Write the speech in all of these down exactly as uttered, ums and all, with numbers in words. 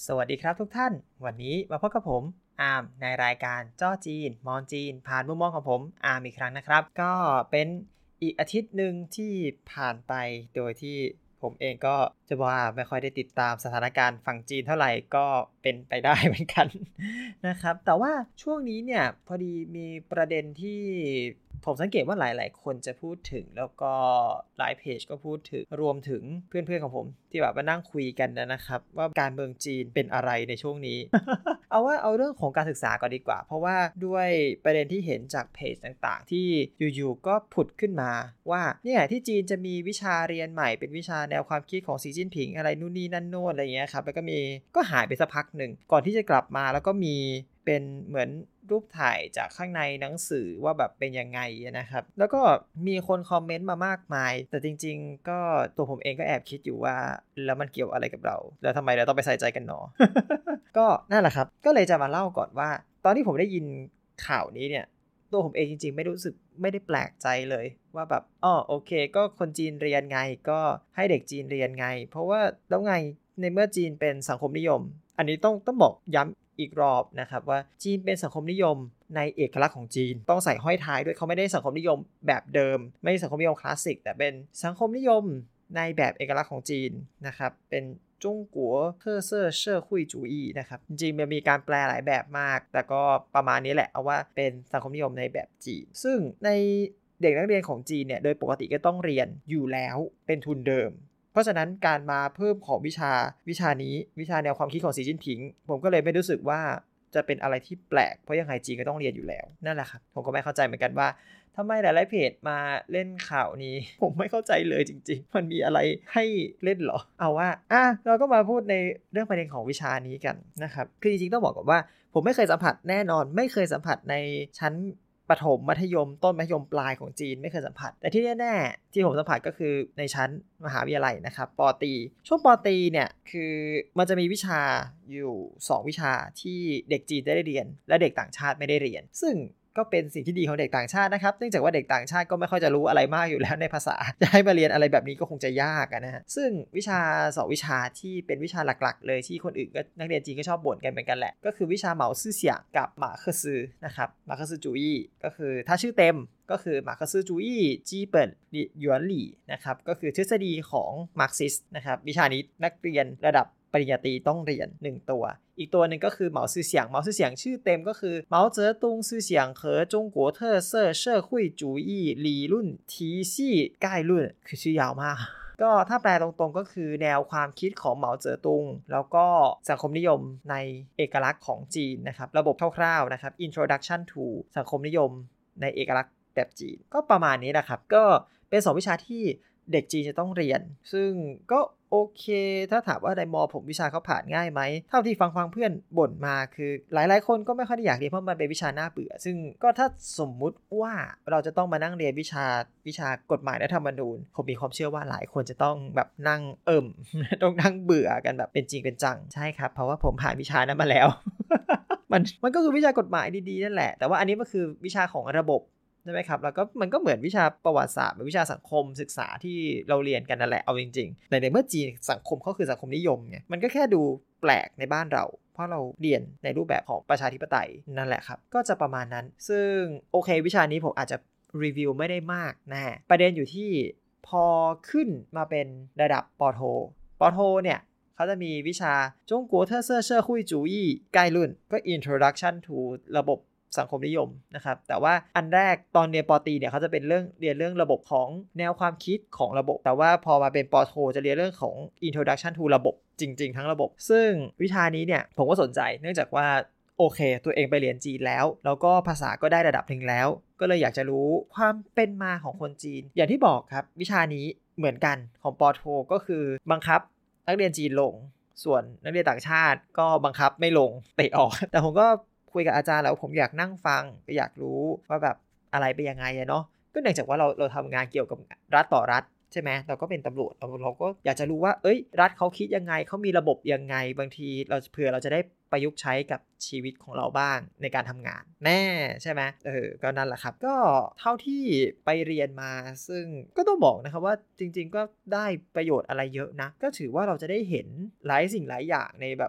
สวัสดีครับทุกท่านวันนี้มาพบกับผมอาร์มในรายการจ้อจีนมองจีนผ่านมุมมองของผมอาร์มอีกครั้งนะครับก็เป็นอีกอาทิตย์หนึ่งที่ผ่านไปโดยที่ผมเองก็จะว่าไม่ค่อยได้ติดตามสถานการณ์ฝั่งจีนเท่าไหร่ก็เป็นไปได้เหมือนกันนะครับแต่ว่าช่วงนี้เนี่ยพอดีมีประเด็นที่ผมสังเกตว่าหลายๆคนจะพูดถึงแล้วก็หลายเพจก็พูดถึงรวมถึงเพื่อนๆของผมที่แบบมานั่งคุยกันนะครับว่าการเมืองจีนเป็นอะไรในช่วงนี้ เอาว่าเอาเรื่องของการศึกษาก่อนดีกว่าเพราะว่าด้วยประเด็นที่เห็นจากเพจต่างๆที่อยู่ๆก็ผุดขึ้นมาว่าเนี่ยที่จีนจะมีวิชาเรียนใหม่เป็นวิชาแนวความคิดของสีจิ้นผิงอะไรนู่นนี่นั่นโน่นอะไรอย่างเงี้ยครับแล้วก็มีก็หายไปสักพักหนึ่งก่อนที่จะกลับมาแล้วก็มีเป็นเหมือนรูปถ่ายจากข้างในหนังสือว่าแบบเป็นยังไงนะครับแล้วก็มีคนคอมเมนต์มามากมายแต่จริงๆก็ตัวผมเองก็แอบคิดอยู่ว่าแล้วมันเกี่ยวอะไรกับเราแล้วทำไมเราต้องไปใส่ใจกันหนอ ก็นั่นแหละครับก็เลยจะมาเล่าก่อนว่าตอนที่ผมได้ยินข่าวนี้เนี่ยตัวผมเองจริงๆไม่รู้สึกไม่ได้แปลกใจเลยว่าแบบอ๋อโอเคก็คนจีนเรียนไงก็ให้เด็กจีนเรียนไงเพราะว่าแล้วไงในเมื่อจีนเป็นสังคมนิยมอันนี้ต้องต้องบอกย้ำอีกรอบนะครับว่าจีนเป็นสังคมนิยมในเอกลักษณ์ของจีนต้องใส่ห้อยท้ายด้วยเขาไม่ได้สังคมนิยมแบบเดิมไม่ใช่สังคมนิยมคลาสสิกแต่เป็นสังคมนิยมในแบบเอกลักษณ์ของจีนนะครับเป็นจงกัว特色社会主义นะครับจริงๆมันมีการแปลหลายแบบมากแต่ก็ประมาณนี้แหละเอาว่าเป็นสังคมนิยมในแบบจีนซึ่งในเด็กนักเรียนของจีนเนี่ยโดยปกติก็ต้องเรียนอยู่แล้วเป็นทุนเดิมเพราะฉะนั้นการมาเพิ่มของวิชาวิชานี้วิชาแนวความคิดของสีจิ้นผิงผมก็เลยไม่รู้สึกว่าจะเป็นอะไรที่แปลกเพราะยังไงจีนก็ต้องเรียนอยู่แล้วนั่นแหละครับผมก็ไม่เข้าใจเหมือนกันว่าทำไมหลายๆเพจมาเล่นข่าวนี้ผมไม่เข้าใจเลยจริงๆมันมีอะไรให้เล่นหรอเอาว่าอ่ะเราก็มาพูดในเรื่องประเด็นของวิชานี้กันนะครับคือจริงๆต้องบอกก่อนว่าผมไม่เคยสัมผัสแน่นอนไม่เคยสัมผัสในชั้นประถมมัธยมต้นมัธยมปลายของจีนไม่เคยสัมผัสแต่ที่แน่ๆที่ผมสัมผัสก็คือในชั้นมหาวิทยาลัยนะครับป.ตรีช่วงป.ตรีเนี่ยคือมันจะมีวิชาอยู่สองวิชาที่เด็กจีนได้เรียนและเด็กต่างชาติไม่ได้เรียนซึ่งก็เป็นสิ่งที่ดีของเด็กต่างชาตินะครับเนื่องจากว่าเด็กต่างชาติก็ไม่ค่อยจะรู้อะไรมากอยู่แล้วในภาษาจะให้มาเรียนอะไรแบบนี้ก็คงจะยากนะฮะซึ่งวิชาสองวิชาที่เป็นวิชาหลักๆเลยที่คนอื่นก็นักเรียนจีนก็ชอบบ่นกันเหมือนกันแหละก็คือวิชาเหมาซื่อเสี่ยงกับหมาเคอซือนะครับหมาเคอซือจูอี้ก็คือถ้าชื่อเต็มก็คือหมาเคอซือจูอี้จีเปิลหยวนหลี่นะครับก็คือทฤษฎีของมาร์กซิสนะครับวิชานี้นักเรียนระดับปริญญาตรีต้องเรียนหนึ่งตัวอีกตัวหนึ่งก็คือเหมาซื่อเสี่ยงเหมาซื่อเสี่ยงชื่อเต็มก็คือเหมาเจ๋อตุงซื่อเสี่ยง和中国特色社会主义理论体系概论คือชื่อยาวมากก็ถ้าแปลตรงๆก็คือแนวความคิดของเหมาเจ๋อตุงแล้วก็สังคมนิยมในเอกลักษณ์ของจีนนะครับระบบคร่าวๆนะครับ Introduction to สังคมนิยมในเอกลักษณ์แบบจีนก็ประมาณนี้นะครับก็เป็นสองวิชาที่เด็กจีนจะต้องเรียนซึ่งก็โอเคถ้าถามว่าในม.ผมวิชาเขาผ่านง่ายไหมเท่าที่ฟังฟังเพื่อนบ่นมาคือหลายๆคนก็ไม่ค่อยได้อยากเรียนเพราะมันเป็นวิชาหน้าเบื่อซึ่งก็ถ้าสมมุติว่าเราจะต้องมานั่งเรียนวิชาวิชากฎหมายและธรรมนูญผมมีความเชื่อว่าหลายคนจะต้องแบบนั่งเอิ่ม ต้องนั่งเบื่อกันแบบเป็นจริงเป็นจังใช่ครับเพราะว่าผมผ่านวิชานั้นมาแล้ว มันมันก็คือวิชากฎหมายดีๆนั่นแหละแต่ว่าอันนี้มันคือวิชาของระบบใช่ไหมครับแล้วก็มันก็เหมือนวิชาประวัติศาสตร์หรือวิชาสังคมศึกษาที่เราเรียนกันนั่นแหละเอาจริงๆแต่ในเมื่อจีนสังคมเขาคือสังคมนิยมไงมันก็แค่ดูแปลกในบ้านเราเพราะเราเรียนในรูปแบบของประชาธิปไตยนั่นแหละครับก็จะประมาณนั้นซึ่งโอเควิชานี้ผมอาจจะรีวิวไม่ได้มากนะประเด็นอยู่ที่พอขึ้นมาเป็นระดับป.โทป.โทเนี่ยเขาจะมีวิชา中国特色社会主义概论ก็ Introduction to ระบบสังคมนิยมนะครับแต่ว่าอันแรกตอนเรียนป.ตรีเนี่ยเขาจะเป็นเรื่องเรียนเรื่องระบบของแนวความคิดของระบบแต่ว่าพอมาเป็นป.โทจะเรียนเรื่องของ Introduction to ระบบจริงๆทั้งระบบซึ่งวิชานี้เนี่ยผมก็สนใจเนื่องจากว่าโอเคตัวเองไปเรียนจีนแล้วแล้วก็ภาษาก็ได้ระดับหนึ่งแล้วก็เลยอยากจะรู้ความเป็นมาของคนจีนอย่างที่บอกครับวิชานี้เหมือนกันของป.โทก็คือบังคับนักเรียนจีนลงส่วนนักเรียนต่างชาติก็บังคับไม่ลงเตะออกแต่ผมก็คุยกับอาจารย์แล้วผมอยากนั่งฟังก็อยากรู้ว่าแบบอะไรเป็นยังไงอะเนาะก็เนื่องจากว่าเราเราทำงานเกี่ยวกับรัฐต่อรัฐใช่ไหมเราก็เป็นตำรวจเราเราก็อยากจะรู้ว่าเอ้ยรัฐเขาคิดยังไงเขามีระบบยังไงบางทีเราเผื่อเราจะได้ประยุกต์ใช้กับชีวิตของเราบ้างในการทำงานแน่ใช่ไหมเออก็นั่นแหละครับก็เท่าที่ไปเรียนมาซึ่งก็ต้องบอกนะครับว่าจริงๆก็ได้ประโยชน์อะไรเยอะนะก็ถือว่าเราจะได้เห็นหลายสิ่งหลายอย่างในแบบ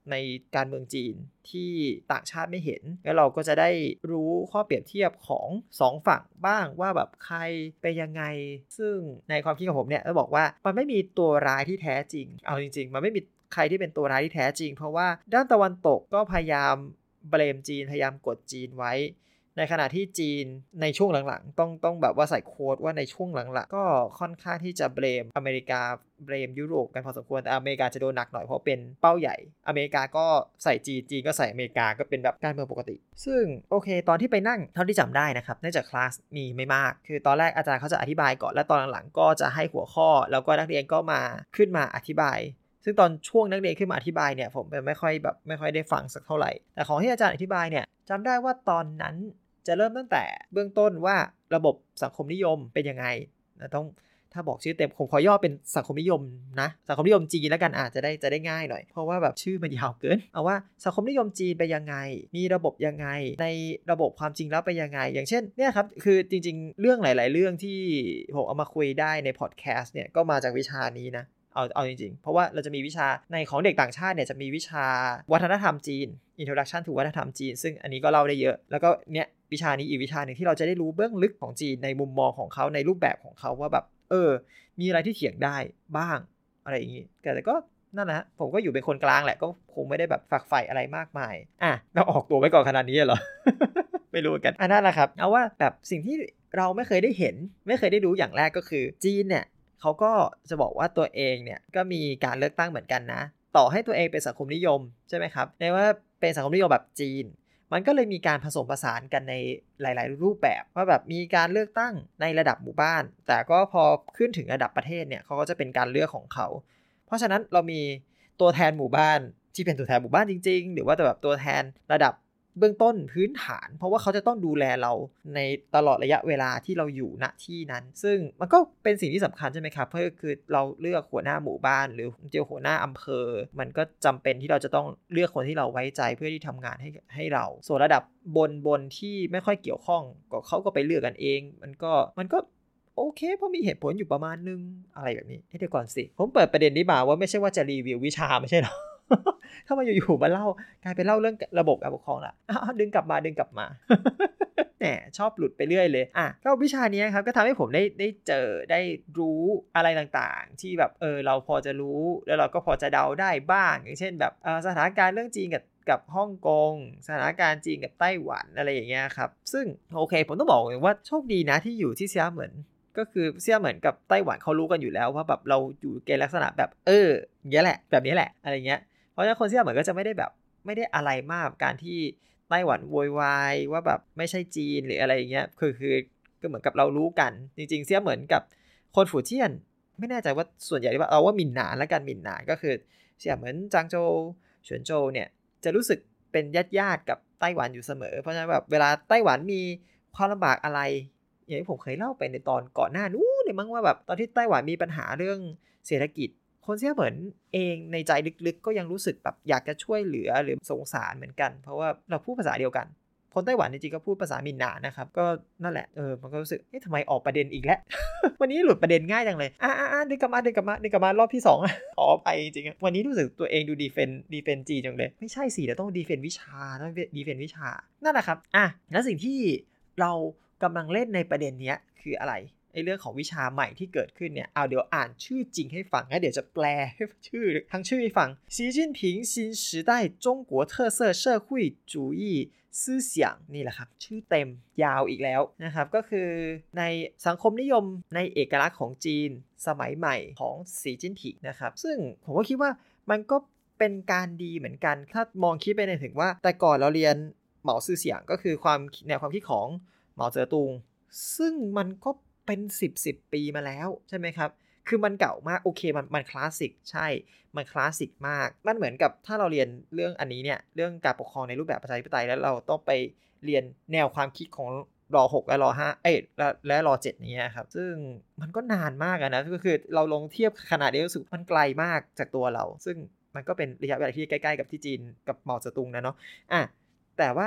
ในการเมืองจีนที่ต่างชาติไม่เห็นแล้วเราก็จะได้รู้ข้อเปรียบเทียบของสองฝั่งบ้างว่าแบบใครเป็นยังไงซึ่งในความคิดของผมเนี่ยจะบอกว่ามันไม่มีตัวร้ายที่แท้จริงเอาจริงๆมันไม่มีใครที่เป็นตัวร้ายที่แท้จริงเพราะว่าด้านตะวันตกก็พยายามเบลมจีนพยายามกดจีนไว้ในขณะที่จีนในช่วงหลังๆต้องต้องแบบว่าใส่โค้ดว่าในช่วงหลังๆก็ค่อนข้างที่จะเบลมอเมริกาเบลมยุโรปกันพอสมควรแต่อเมริกาจะโดนหนักหน่อยเพราะเป็นเป้าใหญ่อเมริกาก็ใส่จีนจีนก็ใส่อเมริกาก็เป็นแบบการเมืองปกติซึ่งโอเคตอนที่ไปนั่งเท่าที่จำได้นะครับเนื่องจากคลาสมีไม่มากคือตอนแรกอาจารย์เขาจะอธิบายก่อนแล้วตอนหลังๆก็จะให้หัวข้อแล้วก็นักเรียนก็มาขึ้นมาอธิบายซึ่งตอนช่วงนักเรียนขึ้นมาอธิบายเนี่ยผมไม่ค่อยแบบไม่ค่อยได้ฟังสักเท่าไหร่แต่ของที่อาจารย์อธิบายเนี่ยจำได้ว่าตอนนั้นจะเริ่มตั้งแต่เบื้องต้นว่าระบบสังคมนิยมเป็นยังไงนะต้องถ้าบอกชื่อเต็มผมขอย่อเป็นสังคมนิยมนะสังคมนิยมจีนแล้วกันอาจจะได้จะได้ง่ายหน่อยเพราะว่าแบบชื่อมันยาวเกินเอาว่าสังคมนิยมจีนเป็นยังไงมีระบบยังไงในระบบความจริงแล้วเป็นยังไงอย่างเช่นเนี่ยครับคือจริงๆเรื่องหลายๆเรื่องที่ผมเอามาคุยได้ในพอดแคสต์เนี่ยก็มาจากวิชานี้นะเอาเอาจริงๆเพราะว่าเราจะมีวิชาในของเด็กต่างชาติเนี่ยจะมีวิชาวัฒนธรรมจีน Introduction to วัฒนธรรมจีนซึ่งอันนี้ก็เล่าได้เยอะแล้วก็เนี่ยวิชานี้อีกวิชาหนึ่งที่เราจะได้รู้เบื้องลึกของจีนในมุมมองของเขาในรูปแบบของเขาว่าแบบเออมีอะไรที่เถียงได้บ้างอะไรอย่างงี้แต่ก็นั่นแหละผมก็อยู่เป็นคนกลางแหละก็คงไม่ได้แบบฝักใฝ่อะไรมากมายอ่ะเราออกตัวไว้ก่อนขนาดนี้เหรอ ไม่รู้กันอันนั้นแหละครับเอาว่าแบบสิ่งที่เราไม่เคยได้เห็นไม่เคยได้รู้อย่างแรกก็คือจีนเนี่ยเขาก็จะบอกว่าตัวเองเนี่ยก็มีการเลือกตั้งเหมือนกันนะต่อให้ตัวเองเป็นสังคมนิยมใช่ไหมครับในว่าเป็นสังคมนิยมแบบจีนมันก็เลยมีการผสมผสานกันในหลายๆรูปแบบว่าแบบมีการเลือกตั้งในระดับหมู่บ้านแต่ก็พอขึ้นถึงระดับประเทศเนี่ยเขาก็จะเป็นการเลือกของเขาเพราะฉะนั้นเรามีตัวแทนหมู่บ้านที่เป็นตัวแทนหมู่บ้านจริงๆหรือว่าแบบตัวแทนระดับเบื้องต้นพื้นฐานเพราะว่าเขาจะต้องดูแลเราในตลอดระยะเวลาที่เราอยู่ณที่นั้นซึ่งมันก็เป็นสิ่งที่สำคัญใช่ไหมครับเพราะคือเราเลือกหัวหน้าหมู่บ้านหรือเจอหัวหน้าอำเภอมันก็จำเป็นที่เราจะต้องเลือกคนที่เราไว้ใจเพื่อที่ทำงานให้ให้เราส่วนระดับบนบนที่ไม่ค่อยเกี่ยวข้องก็เขาก็ไปเลือกกันเองมันก็มันก็โอเคเพราะมีเหตุผลอยู่ประมาณนึงอะไรแบบนี้ให้เดี๋ยวก่อนสิผมเปิดประเด็นนี้มาว่าไม่ใช่ว่าจะรีวิววิชาไม่ใช่หรอ ถ้ามาอยู่ๆมาเล่ากลายเป็นเล่าเรื่องระบบการปกครองละดึงกลับมาดึงกลับมา แหมชอบหลุดไปเรื่อยเลยอ่ะก็วิชานี้ครับก็ทำให้ผมได้ได้เจอได้รู้อะไรต่างๆที่แบบเออเราพอจะรู้แล้วเราก็พอจะเดาได้บ้างอย่างเช่นแบบเออสถานการณ์เรื่องจีนกับกับฮ่องกงสถานการณ์จีนกับไต้หวันอะไรอย่างเงี้ยครับซึ่งโอเคผมต้องบอกเลยว่าโชคดีนะที่อยู่ที่เซี่ยเหมินก็คือเซี่ยเหมินกับไต้หวันเขารู้กันอยู่แล้วว่าแบบเราอยู่ในลักษณะแบบเอออย่างเงี้ยแหละแบบนี้แหละอะไรเงี้ยเพราะฉะนั้นคนเซี่ยเหมินก็จะไม่ได้แบบไม่ได้อะไรมากการที่ไต้หวันโวยวายว่าแบบไม่ใช่จีนหรืออะไรอย่างเงี้ยคือคือก็เหมือนกับเรารู้กันจริงๆเซี่ยเหมินกับคนฝูเจี้ยนไม่แน่ใจว่าส่วนใหญ่ว่าเอาว่าหมิ่นหนานแล้วกันหมิ่นหนานก็คือเซี่ยเหมินจางโจวเฉินโจวเนี่ยจะรู้สึกเป็นญาติๆกับไต้หวันอยู่เสมอเพราะฉะนั้นแบบเวลาไต้หวันมีความลำบากอะไรอย่างที่ผมเคยเล่าไปในตอนก่อนหน้านู้นเลยมั้งว่าแบบตอนที่ไต้หวันมีปัญหาเรื่องเศรษฐกิจคนเซี่ยเหมินเองในใจลึกๆก็ยังรู้สึกแบบอยากจะช่วยเหลือหรือสงสารเหมือนกันเพราะว่าเราพูดภาษาเดียวกันคนไต้หวันจริงๆก็พูดภาษาหมิ่นหนานนะครับก็นั่นแหละเออมันก็รู้สึกเอ๊ะทำไมออกประเด็นอีกแล้ว วันนี้หลุดประเด็นง่ายจังเลยอ่ะๆๆดึงกลับมาดึงกลับมาดึงกลับมารอบที่สองขอไปจริงๆวันนี้รู้สึกตัวเองดูดีเฟนดีเฟนจีจังเลยไม่ใช่สิเดี๋ยวต้องดีเฟนวิชาต้องดีเฟนวิชานั่นแหละครับอ่ะแล้วสิ่งที่เรากำลังเล่นในประเด็นนี้คืออะไรไอ้เรื่องของวิชาใหม่ที่เกิดขึ้นเนี่ยเอาเดี๋ยวอ่านชื่อจริงให้ฟังนะเดี๋ยวจะแปลชื่อทั้งชื่อให้ฟัง习近平新时代中国特色社会主义思想นี่แหละครับชื่อเต็มยาวอีกแล้วนะครับก็คือในสังคมนิยมในเอกลักษณ์ของจีนสมัยใหม่ของสีจิ้นผิงนะครับซึ่งผมก็คิดว่ามันก็เป็นการดีเหมือนกันถ้ามองคิดไปในถึงว่าแต่ก่อนเราเรียนเหมาซื่อเสียงก็คือความแนวความคิดของเหมาเจ๋อตุงซึ่งมันก็เป็นสิบ สิบปีมาแล้วใช่ไหมครับคือมันเก่ามากโอเคมันมันคลาสสิกใช่มันคลาสสิกมากมันเหมือนกับถ้าเราเรียนเรื่องอันนี้เนี่ยเรื่องการปกครองในรูปแบบประชาธิปไตยแล้วเราต้องไปเรียนแนวความคิดของรหกและรห้าเอ้ยและและรเจ็ดนี้ครับซึ่งมันก็นานมากนะก็คือเราลงเทียบขนาดนี้รู้สึกมันไกลมากจากตัวเราซึ่งมันก็เป็นระยะเวลาที่ใกล้ๆกับที่จีนกับเหมาเจ๋อตุงนะเนาะอ่ะแต่ว่าพ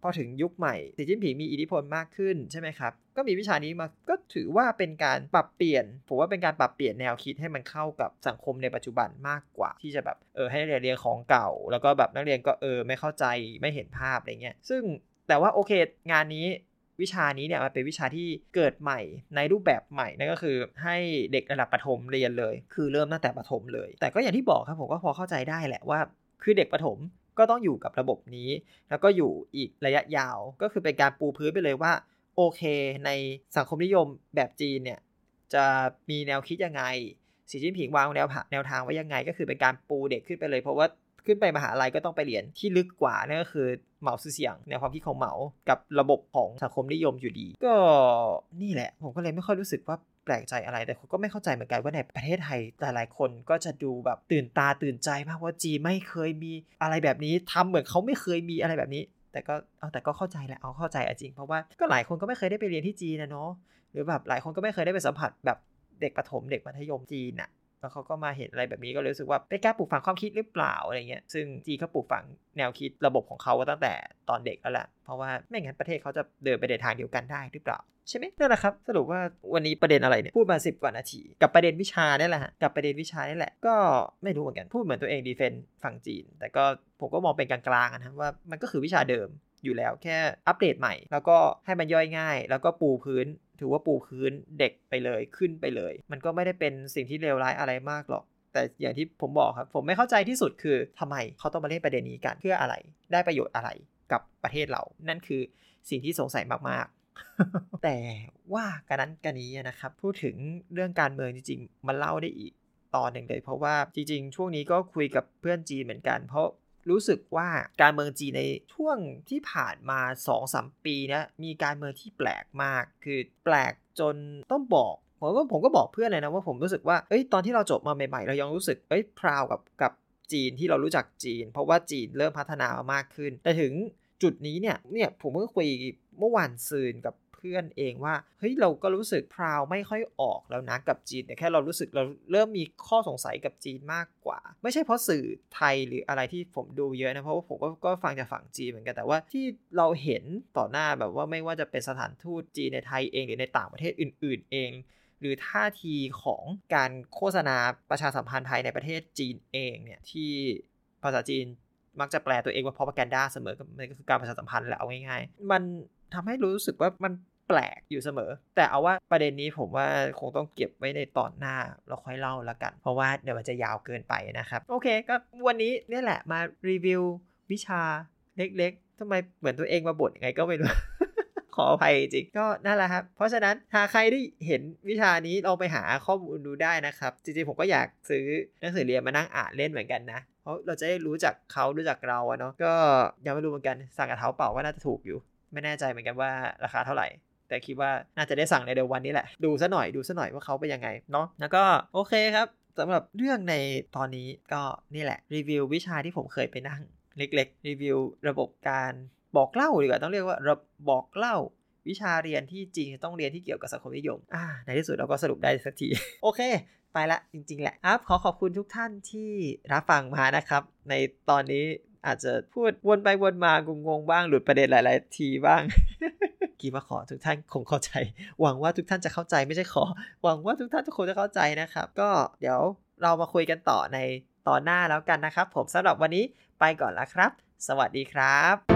พอถึงยุคใหม่สีจิ้นผิงมีอิทธิพลมากขึ้นใช่ไหมครับก็มีวิชานี้มาก็ถือว่าเป็นการปรับเปลี่ยนผมว่าเป็นการปรับเปลี่ยนแนวคิดให้มันเข้ากับสังคมในปัจจุบันมากกว่าที่จะแบบเออให้นักเรียนเรียนของเก่าแล้วก็แบบนักเรียนก็เออไม่เข้าใจไม่เห็นภาพอะไรเงี้ยซึ่งแต่ว่าโอเคงานนี้วิชานี้เนี่ยมันเป็นวิชาที่เกิดใหม่ในรูปแบบใหม่นั่นก็คือให้เด็กระดับประถมเรียนเลยคือเริ่มตั้งแต่ประถมเลยแต่ก็อย่างที่บอกครับผมก็พอเข้าใจได้แหละว่าคือเด็กประถมก็ต้องอยู่กับระบบนี้แล้วก็อยู่อีกระยะยาวก็คือเป็นการปูพื้นไปเลยว่าโอเคในสังคมนิยมแบบจีนเนี่ยจะมีแนวคิดยังไงสีจิ้นผิงวางแนวแนวทางไว้ยังไงก็คือเป็นการปูเด็กขึ้นไปเลยเพราะว่าขึ้นไปมหาลัยก็ต้องไปเรียนที่ลึกกว่านั่นก็คือเหมาซื่อเสียงในความคิดของเหมากับระบบของสังคมนิยมอยู่ดีก็นี่แหละผมก็เลยไม่ค่อยรู้สึกว่าแปลกใจอะไรแต่ผมก็ไม่เข้าใจเหมือนกันว่าในประเทศไทยหลายๆคนก็จะดูแบบตื่นตาตื่นใจมากว่าจีนไม่เคยมีอะไรแบบนี้ทำเหมือนเขาไม่เคยมีอะไรแบบนี้แต่ก็เอาแต่ก็เข้าใจแหละเอาเข้าใจจริงเพราะว่าก็หลายคนก็ไม่เคยได้ไปเรียนที่จีนนะเนาะหรือแบบหลายคนก็ไม่เคยได้ไปสัมผัสแบบเด็กประถมเด็กมัธยมจีนอะแล้วเขาก็มาเห็นอะไรแบบนี้ก็รู้สึกว่าเป็นการปลูกฝังความคิดหรือเปล่าอะไรเงี้ยซึ่งจีนเขาปลูกฝังแนวคิดระบบของเขาตั้งแต่ตอนเด็กแล้วแหละเพราะว่าไม่งั้นประเทศเขาจะเดินไปในทางเดียวกันได้หรือเปล่าใช่ไหมนั่นแหละครับสรุปว่าวันนี้ประเด็นอะไรเนี่ยพูดมาสิบกว่านาทีกับประเด็นวิชานี่แหละฮะกับประเด็นวิชานี่แหละก็ไม่รู้เหมือนกันพูดเหมือนตัวเองดีเฟนต์ฝั่งจีนแต่ก็ผมก็มองเป็นกลางๆนะว่ามันก็คือวิชาเดิมอยู่แล้วแค่อัปเดตใหม่แล้วก็ให้มันย่อยง่ายแล้วก็ปูพื้นถือว่าปูพื้นเด็กไปเลยขึ้นไปเลยมันก็ไม่ได้เป็นสิ่งที่เลวร้ายอะไรมากหรอกแต่อย่างที่ผมบอกครับผมไม่เข้าใจที่สุดคือทำไมเขาต้องมาเล่นประเด็นนี้กันเพื่ออะไรได้ประโยชน์อะไรกับประเทศเรานั่นคือสิ่งที่สงสัยมากๆ แต่ว่ากันนั้นกันนี้นะครับพูดถึงเรื่องการเมืองจริงๆมันเล่าได้อีกตอนหนึ่งเลยเพราะว่าจริงๆช่วงนี้ก็คุยกับเพื่อนจีนเหมือนกันเพราะรู้สึกว่าการเมืองจีนในช่วงที่ผ่านมา สองถึงสาม ปีนะมีการเมืองที่แปลกมากคือแปลกจนต้องบอกผมก็ผมก็บอกเพื่อนเลยนะว่าผมรู้สึกว่าเอ้ยตอนที่เราจบมาใหม่ๆเรายังรู้สึกเอ้ยพราวกับกับจีนที่เรารู้จักจีนเพราะว่าจีนเริ่มพัฒนามามากขึ้นแต่ถึงจุดนี้เนี่ยเนี่ยผมเพิ่งคุยเมื่อวานซืนกับเพื่อนเองว่าเฮ้ยเราก็รู้สึกพราวไม่ค่อยออกแล้วนะกับจีนแต่แค่เรารู้สึกเราเริ่มมีข้อสงสัยกับจีนมากกว่าไม่ใช่เพราะสื่อไทยหรืออะไรที่ผมดูเยอะนะเพราะว่าผมก็ก็ฟังจากฝั่งจีนเหมือนกันแต่ว่าที่เราเห็นต่อหน้าแบบว่าไม่ว่าจะเป็นสถานทูตจีนในไทยเองหรือในต่างประเทศอื่นๆเองหรือท่าทีของการโฆษณาประชาสัมพันธ์ไทยในประเทศจีนเองเนี่ยที่ภาษาจีนมักจะแปลตัวเองว่า propaganda เสมอมันก็คือการประชาสัมพันธ์แหละเอาง่ายๆมันทำให้รู้สึกว่ามันแปลกอยู่เสมอแต่เอาว่าประเด็นนี้ผมว่าคงต้องเก็บไว้ในตอนหน้าเราค่อยเล่าแล้วกันเพราะว่าเดี๋ยวมันจะยาวเกินไปนะครับโอเคก็วันนี้นี่แหละมารีวิววิชาเล็กๆทำไมเหมือนตัวเองมาบ่นยังไงก็ไม่รู้ ขออภัยจริงก็นั่นแหละครับเพราะฉะนั้นถ้าใครได้เห็นวิชานี้ลองไปหาข้อมูลดูได้นะครับจริงๆผมก็อยากซื้อหนังสือเรียนมานั่งอ่านเล่นเหมือนกันนะเพราะเราจะได้รู้จักเขารู้จักเราอะเนาะก็ยังไม่รู้เหมือนกันสั่งกับเท้าเปล่าว่าน่าจะถูกอยู่ไม่แน่ใจเหมือนกันว่าราคาเท่าไหร่แต่คิดว่าน่าจะได้สั่งในเดือนวันนี้แหละดูซะหน่อยดูซะหน่อยว่าเขาเป็นยังไงเนาะแล้วก็โอเคครับสำหรับเรื่องในตอนนี้ก็นี่แหละรีวิววิชาที่ผมเคยไปนั่งเล็กๆรีวิวระบบการบอกเล่าดีกว่าต้องเรียกว่าระบอกเล่าวิชาเรียนที่จริงต้องเรียนที่เกี่ยวกับสังคมนิยมอ่าในที่สุดเราก็สรุปได้สักที โอเคไปละจริงๆแหละครับขอขอบคุณทุกท่านที่รับฟังมานะครับในตอนนี้อาจจะพูดวนไปวนมางงๆบ้างหลุดประเด็นหลายๆทีบ้าง คิดว่าขอทุกท่านคงเข้าใจหวังว่าทุกท่านจะเข้าใจไม่ใช่ขอหวังว่าทุกท่านทุกคนจะเข้าใจนะครับก็เดี๋ยวเรามาคุยกันต่อในตอนหน้าแล้วกันนะครับผมสำหรับวันนี้ไปก่อนละครับสวัสดีครับ